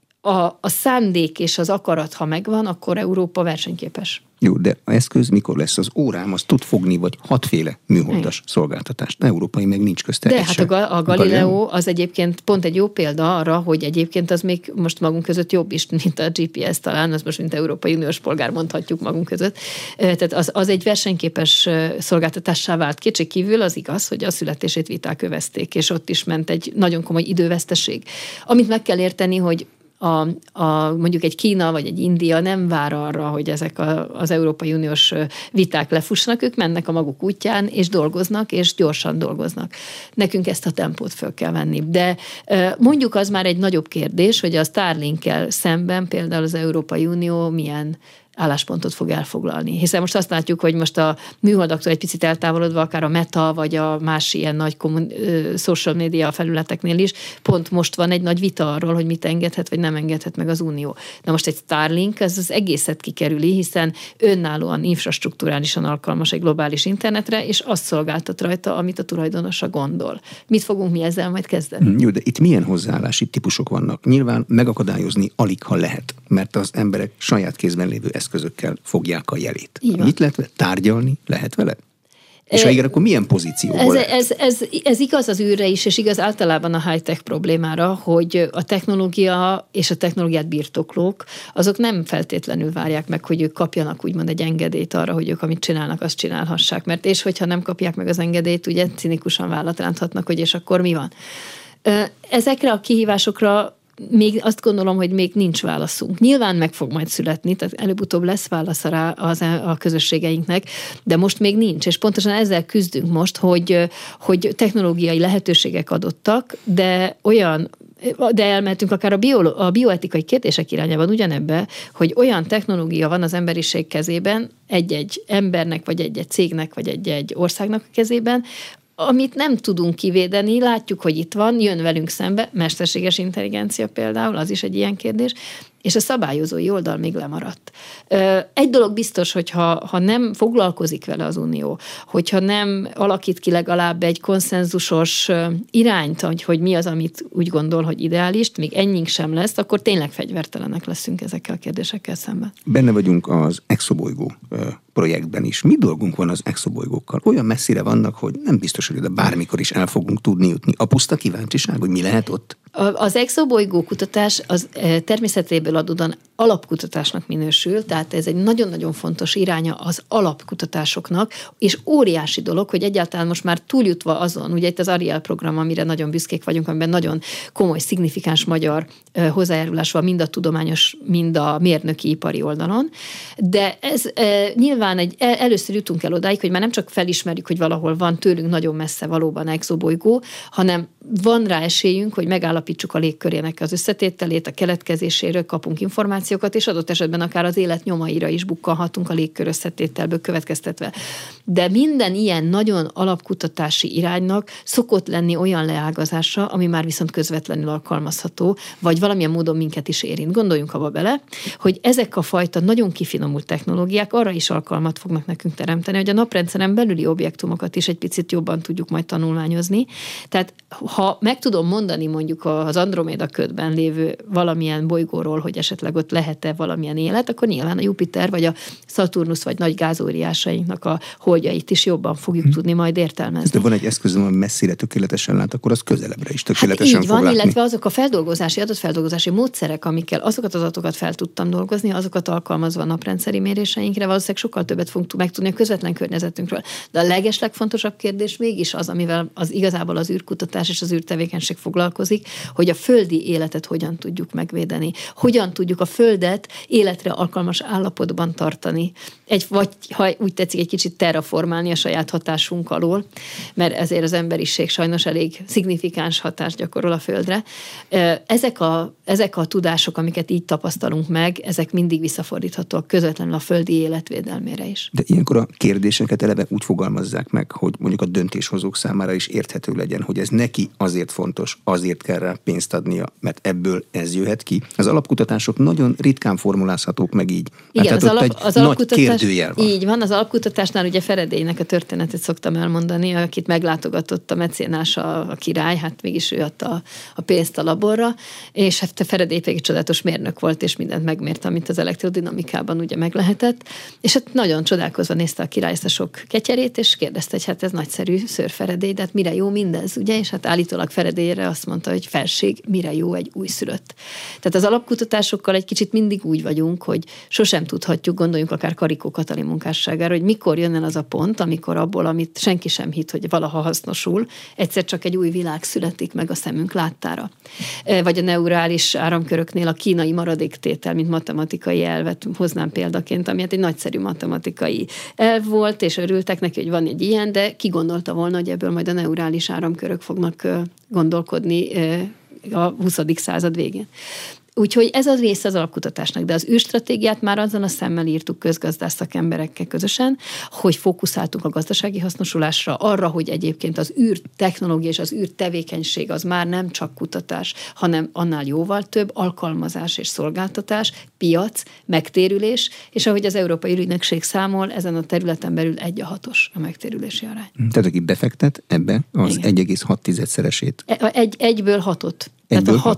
A szándék és az akarat, ha megvan, akkor Európa versenyképes. Jó, de az eszköz mikor lesz? Az órám, az tud fogni, vagy 6 szolgáltatást. Szolgáltatást. Európai meg nincs közte. De hát a Galileo az egyébként pont egy jó példa arra, hogy egyébként az még most magunk között jobb is, mint a GPS talán, az most mint Európai Uniós polgár mondhatjuk magunk között. Tehát az egy versenyképes szolgáltatássá vált. Kétségkívül az igaz, hogy a születését viták övezték, és ott is ment egy nagyon komoly időveszteség. Amit meg kell érteni, hogy mondjuk egy Kína vagy egy India nem vár arra, hogy ezek az Európai Uniós viták lefussanak, ők mennek a maguk útján, és dolgoznak, és gyorsan dolgoznak. Nekünk ezt a tempót föl kell venni. De mondjuk az már egy nagyobb kérdés, hogy a Starlink-kel szemben például az Európai Unió milyen álláspontot fog elfoglalni. Hiszen most azt látjuk, hogy most a műholdaktól egy picit eltávolodva, akár a Meta, vagy a más ilyen nagy social media felületeknél is, pont most van egy nagy vita arról, hogy mit engedhet, vagy nem engedhet meg az Unió. Na most egy Starlink, ez az egészet kikerüli, hiszen önállóan infrastrukturálisan alkalmas egy globális internetre, és azt szolgáltat rajta, amit a tulajdonosa gondol. Mit fogunk mi ezzel majd kezdeni? Jó, de itt milyen hozzáállási típusok vannak? Nyilván megakadályozni alig, ha lehet, mert az emberek saját kézben lévő eszközökkel fogják a jelét. Mit lehet tárgyalni? Lehet vele? És ha igen, akkor milyen pozícióból ez igaz az űrre is, és igaz általában a high-tech problémára, hogy a technológia és a technológiát birtoklók, azok nem feltétlenül várják meg, hogy ők kapjanak úgymond egy engedélyt arra, hogy ők amit csinálnak, azt csinálhassák. Mert és hogyha nem kapják meg az engedélyt, ugye cinikusan vállat ránthatnak, hogy és akkor mi van. Ezekre a kihívásokra még azt gondolom, hogy még nincs válaszunk. Nyilván meg fog majd születni, tehát előbb-utóbb lesz válasz rá a közösségeinknek, de most még nincs, és pontosan ezzel küzdünk most, hogy technológiai lehetőségek adottak, de elmehetünk akár a bioetikai kérdések irányában ugyanebbe, hogy olyan technológia van az emberiség kezében, egy-egy embernek, vagy egy-egy cégnek, vagy egy-egy országnak a kezében, amit nem tudunk kivédeni, látjuk, hogy itt van, jön velünk szembe, mesterséges intelligencia például, az is egy ilyen kérdés, és a szabályozói oldal még lemaradt. Egy dolog biztos, hogy ha nem foglalkozik vele az Unió, hogyha nem alakít ki legalább egy konszenzusos irányt, hogy mi az, amit úgy gondol, hogy ideális, még ennyink sem lesz, akkor tényleg fegyvertelenek leszünk ezekkel a kérdésekkel szemben. Benne vagyunk az exobolygó projektben is. Mi dolgunk van az exobolygókkal? Olyan messzire vannak, hogy nem biztos, hogy oda bármikor is el fogunk tudni jutni. A puszta kíváncsiság, hogy mi lehet ott? Az exobolygó kutatás az természetéből adódóan alapkutatásnak minősül, tehát ez egy nagyon-nagyon fontos iránya az alapkutatásoknak, és óriási dolog, hogy egyáltalán most már túljutva azon, ugye itt az Ariel program, amire nagyon büszkék vagyunk, amiben nagyon komoly, szignifikáns magyar hozzájárulás van mind a tudományos, mind a mérnöki ipari oldalon, de ez nyilván először jutunk el odáig, hogy már nem csak felismerjük, hogy valahol van tőlünk nagyon messze valóban exobolygó, hanem van rá esélyünk, hogy megállapítsuk a légkörének az összetételét, a keletkezéséről kapunk információkat, és adott esetben akár az élet nyomaira is bukkanhatunk a légkör összetételből következtetve. De minden ilyen nagyon alapkutatási iránynak szokott lenni olyan leágazása, ami már viszont közvetlenül alkalmazható, vagy valamilyen módon minket is érint. Gondoljunk abba bele, hogy ezek a fajta nagyon kifinomult technológiák arra is alkalmat fognak nekünk teremteni, hogy a naprendszeren belüli objektumokat is egy picit jobban tudjuk majd tanulmányozni. Tehát ha meg tudom mondani mondjuk az Androméda ködben lévő valamilyen bolygóról, hogy esetleg ott lehet-e valamilyen élet, akkor nyilván a Jupiter, vagy a Szaturnusz, vagy nagy gázóriásainknak a holdjait is jobban fogjuk tudni majd értelmezni. De van egy eszközöm, ami messzire tökéletesen lát, akkor az közelebbre is tökéletesen így fog van, látni. illetve azok a adatfeldolgozási módszerek, amikkel azokat az adatokat fel tudtam dolgozni, azokat alkalmazva a naprendszeri méréseinkre, valószínűleg sokkal többet fogunk megtudni a közvetlen környezetünkről. De a legeslegfontosabb kérdés mégis az, amivel igazából az űrkutatás és az űrtevékenység foglalkozik, hogy a földi életet hogyan tudjuk megvédeni, hogyan tudjuk a Földet életre alkalmas állapotban tartani, vagy ha úgy tetszik, egy kicsit terraformálni a saját hatásunk alól, mert ezért az emberiség sajnos elég szignifikáns hatást gyakorol a Földre. Ezek a tudások, amiket így tapasztalunk meg, ezek mindig visszafordíthatóak közvetlenül a földi életvédelmére is. De ilyenkor a kérdéseket eleve úgy fogalmazzák meg, hogy mondjuk a döntéshozók számára is érthető legyen, hogy ez neki azért fontos, azért kell rá pénzt adnia, mert ebből ez jöhet ki. Az alapkutatások nagyon ritkán formulázhatók meg így. Igen, az nagy kérdőjel van. Így van, az alapkutatásnál ugye Faradaynek a történetet szoktam elmondani, akit meglátogatott a mecénás a király, hát mégis ő adta a pénzt a laborra, és hát Faraday egy csodálatos mérnök volt, és mindent megmért, amit az elektrodinamikában ugye meg lehetett, és hát nagyon csodálkozva nézte a király ezt a sok ketyerét, és kérdezte, hogy hát ez nagyszerű, Sir Faraday, de hát mire jó mindez, ugye? És hát állítólag Faradayre azt mondta, hogy felség, mire jó egy újszülött. Tehát az alapkutatásokkal egy kicsit mindig úgy vagyunk, hogy sosem tudhatjuk, gondoljunk akár Karikó Katalin munkásságára, hogy mikor jön el az a pont, amikor abból, amit senki sem hitt, hogy valaha hasznosul, egyszer csak egy új világ születik meg a szemünk láttára. Vagy a neurális áramköröknél a kínai maradéktétel, mint matematikai elvet hoznám példaként, ami hát egy nagyszerű matematikai elv volt, és örültek neki, hogy van egy ilyen, de ki gondolta volna, hogy ebből majd a neurális áramkörök fognak gondolkodni a 20. század végén. Úgyhogy ez az része az alapkutatásnak, de az űrstratégiát már azzal a szemmel írtuk közgazdász szakemberekkel közösen, hogy fókuszáltunk a gazdasági hasznosulásra, arra, hogy egyébként az űrtechnológia és az űrtevékenység az már nem csak kutatás, hanem annál jóval több alkalmazás és szolgáltatás, piac, megtérülés, és ahogy az Európai Ügynökség számol, ezen a területen belül 1/6 a megtérülési arány. Tehát aki befektet ebbe, az 1,6-szeresét. Egyből 6-ot. Tehát a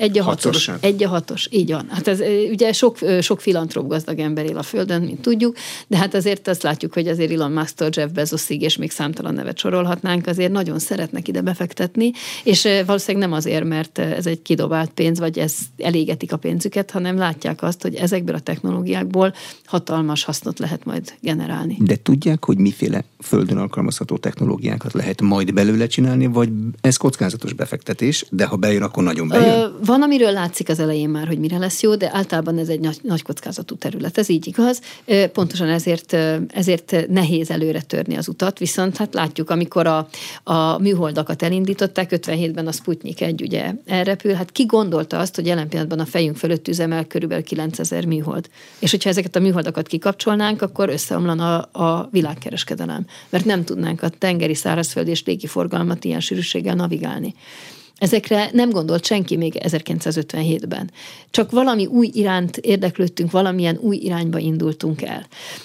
1/6, így van. Hát ez ugye sok filantróp gazdag ember él a Földön, mint tudjuk, de hát azért azt látjuk, hogy azért Elon Musk-tól Jeff Bezosig, és még számtalan nevet sorolhatnánk, azért nagyon szeretnek ide befektetni, és valószínűleg nem azért, mert ez egy kidobált pénz, vagy ez elégetik a pénzüket, hanem látják azt, hogy ezekből a technológiákból hatalmas hasznot lehet majd generálni. De tudják, hogy miféle Földön alkalmazható technológiákat lehet majd belőle csinálni, vagy ez kockázatos befektetés, de ha bejön, akkor nagyon bejön? Van, amiről látszik az elején már, hogy mire lesz jó, de általában ez egy nagy kockázatú terület. Ez így igaz. Pontosan ezért nehéz előre törni az utat, viszont hát látjuk, amikor a műholdakat elindították, 57-ben a Sputnik 1 ugye elrepül, hát ki gondolta azt, hogy jelen pillanatban a fejünk fölött üzemel körülbelül 9000 műhold. És hogyha ezeket a műholdakat kikapcsolnánk, akkor összeomlana a világkereskedelem, mert nem tudnánk a tengeri, szárazföldi és légiforgalmat ilyen sűrűséggel navigálni. Ezekre nem gondolt senki még 1957-ben. Csak valami új iránt érdeklődtünk, valamilyen új irányba indultunk el.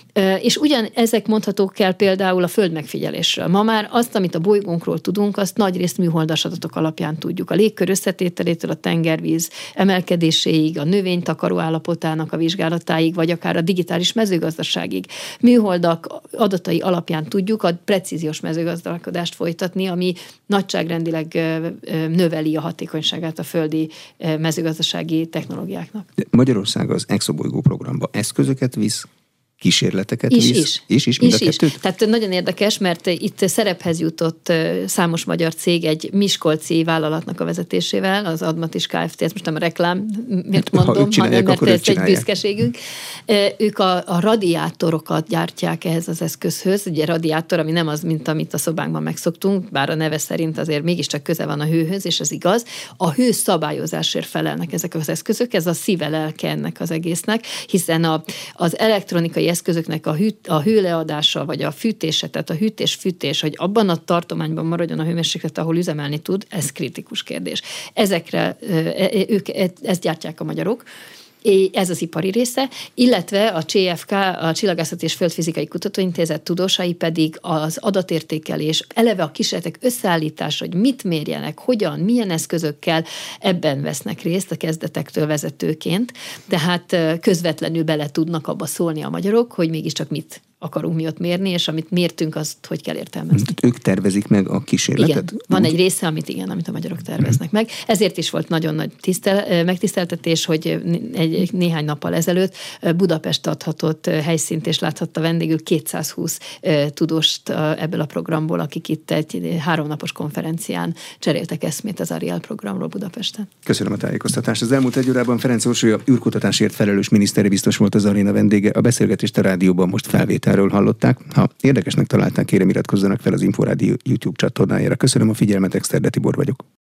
És ugyan ezek mondhatók el például a földmegfigyelésről. Ma már azt, amit a bolygónkról tudunk, azt nagyrészt műholdas adatok alapján tudjuk. A légkör összetételétől a tengervíz emelkedéséig, a növénytakaró állapotának a vizsgálatáig, vagy akár a digitális mezőgazdaságig. Műholdak adatai alapján tudjuk a precíziós mezőgazdálkodást folytatni, ami nagyságrendileg növeli a hatékonyságát a földi mezőgazdasági technológiáknak. De Magyarország az Exobolygó programba eszközöket visz, kísérleteket visz? Is, mind a kettőt? Tehát nagyon érdekes, mert itt szerephez jutott számos magyar cég egy miskolci vállalatnak a vezetésével, az Admatis Kft. Ezt most nem a reklám, miért mondom, hanem mert ez egy büszkeségünk. Ők a radiátorokat gyártják ehhez az eszközhöz. Ugye radiátor, ami nem az, mint amit a szobánkban megszoktunk, bár a neve szerint azért mégiscsak köze van a hőhöz, és ez igaz. A hőszabályozásért felelnek ezek az eszközök, ez a szíve lelke ennek az egésznek, hiszen az elektronikai eszközöknek a hőleadása, vagy a fűtése, tehát a hűtés-fűtés, hogy abban a tartományban maradjon a hőmérséklet, ahol üzemelni tud, ez kritikus kérdés. Ezekre ezt gyártják a magyarok, ez az ipari része, illetve a CFK, a Csillagászati és Földfizikai Kutatóintézet tudósai pedig az adatértékelés, eleve a kísérletek összeállítása, hogy mit mérjenek, hogyan, milyen eszközökkel, ebben vesznek részt a kezdetektől vezetőként, tehát közvetlenül bele tudnak abba szólni a magyarok, hogy mégiscsak mit akarunk mi ott mérni, és amit mértünk, azt hogy kell értelmezni. Ők tervezik meg a kísérletet? Igen, van egy része, amit a magyarok terveznek meg. Ezért is volt nagyon nagy megtiszteltetés, hogy néhány nappal ezelőtt Budapest adhatott helyszínt, és láthatta vendégül 220 tudóst ebből a programból, akik itt egy 3 napos konferencián cseréltek eszmét az Ariel programról Budapesten. Köszönöm a tájékoztatást. Az elmúlt egy órában Ferenc Orsolya űrkutatásért felelős miniszteri biztos volt az aréna vendége. A beszélgetést a rádióban most felvételről hallották. Ha érdekesnek találták, kérem iratkozzanak fel az Inforádió YouTube csatornájára. Köszönöm a figyelmet, Exterde Tibor vagyok.